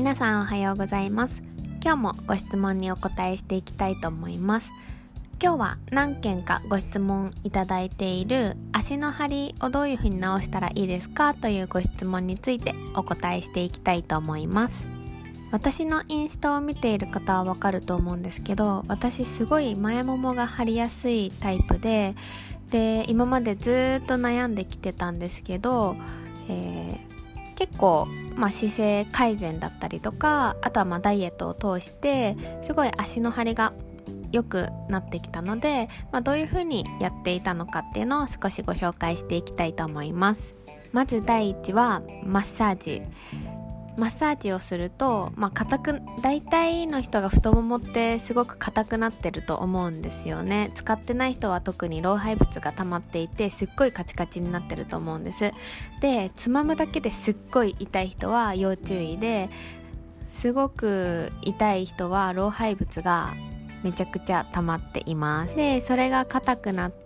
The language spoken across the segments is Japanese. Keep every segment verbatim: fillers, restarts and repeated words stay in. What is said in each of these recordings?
皆さんおはようございます。今日もご質問にお答えしていきたいと思います。今日は何件かご質問いただいている足の張りをどういうふうに直したらいいですかというご質問についてお答えしていきたいと思います。私のインスタを見ている方はわかると思うんですけど、私すごい前ももが張りやすいタイプでで今までずっと悩んできてたんですけど、えー結構、まあ、姿勢改善だったりとか、あとはまあダイエットを通してすごい足の張りが良くなってきたので、まあ、どういう風にやっていたのかっていうのを少しご紹介していきたいと思います。まず第一はマッサージ。マッサージをすると、まあ、硬く大体の人が太ももってすごく硬くなってると思うんですよね。使ってない人は特に老廃物が溜まっていてすっごいカチカチになってると思うんです。で、つまむだけですっごい痛い人は要注意で、すごく痛い人は老廃物がめちゃくちゃ溜まっています。で、それが硬くなって、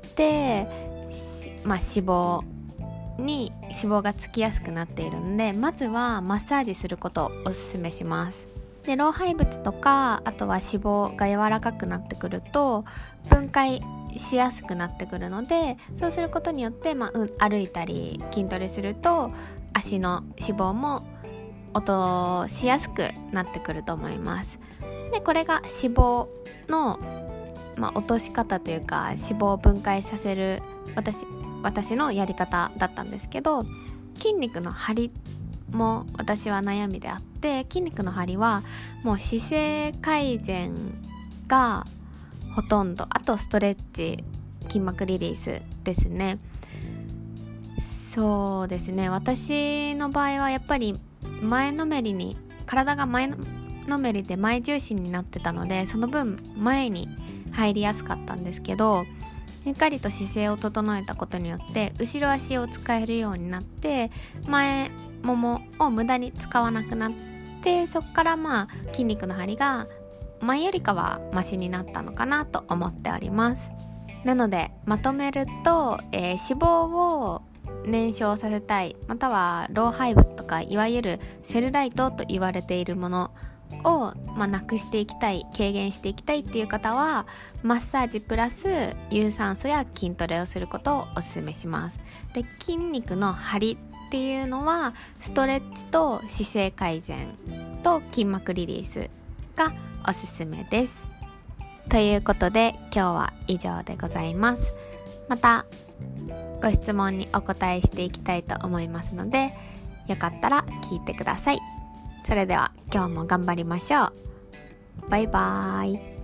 まあ、脂肪に脂肪がつきやすくなっているので、まずはマッサージすることをおすすめします。で、老廃物とかあとは脂肪が柔らかくなってくると分解しやすくなってくるので、そうすることによって、まあ、うん、歩いたり筋トレすると足の脂肪も落としやすくなってくると思います。で、これが脂肪の、まあ、落とし方というか脂肪を分解させる私私のやり方だったんですけど、筋肉の張りも私は悩みであって、筋肉の張りはもう姿勢改善がほとんど、あとストレッチ、筋膜リリースですね。そうですね、私の場合はやっぱり前のめりに、体が前のめりで前重心になってたので、その分前に入りやすかったんですけど、しっかりと姿勢を整えたことによって後ろ足を使えるようになって、前ももを無駄に使わなくなって、そこからまあ筋肉の張りが前よりかはマシになったのかなと思っております。なのでまとめると、えー、脂肪を燃焼させたい、または老廃物とかいわゆるセルライトと言われているものを、まあ、なくしていきたい、軽減していきたいっていう方はマッサージプラス有酸素や筋トレをすることをお勧めします。で、筋肉の張りっていうのはストレッチと姿勢改善と筋膜リリースがおすすめです。ということで今日は以上でございます。またご質問にお答えしていきたいと思いますので、よかったら聞いてください。それでは今日も頑張りましょう。バイバーイ。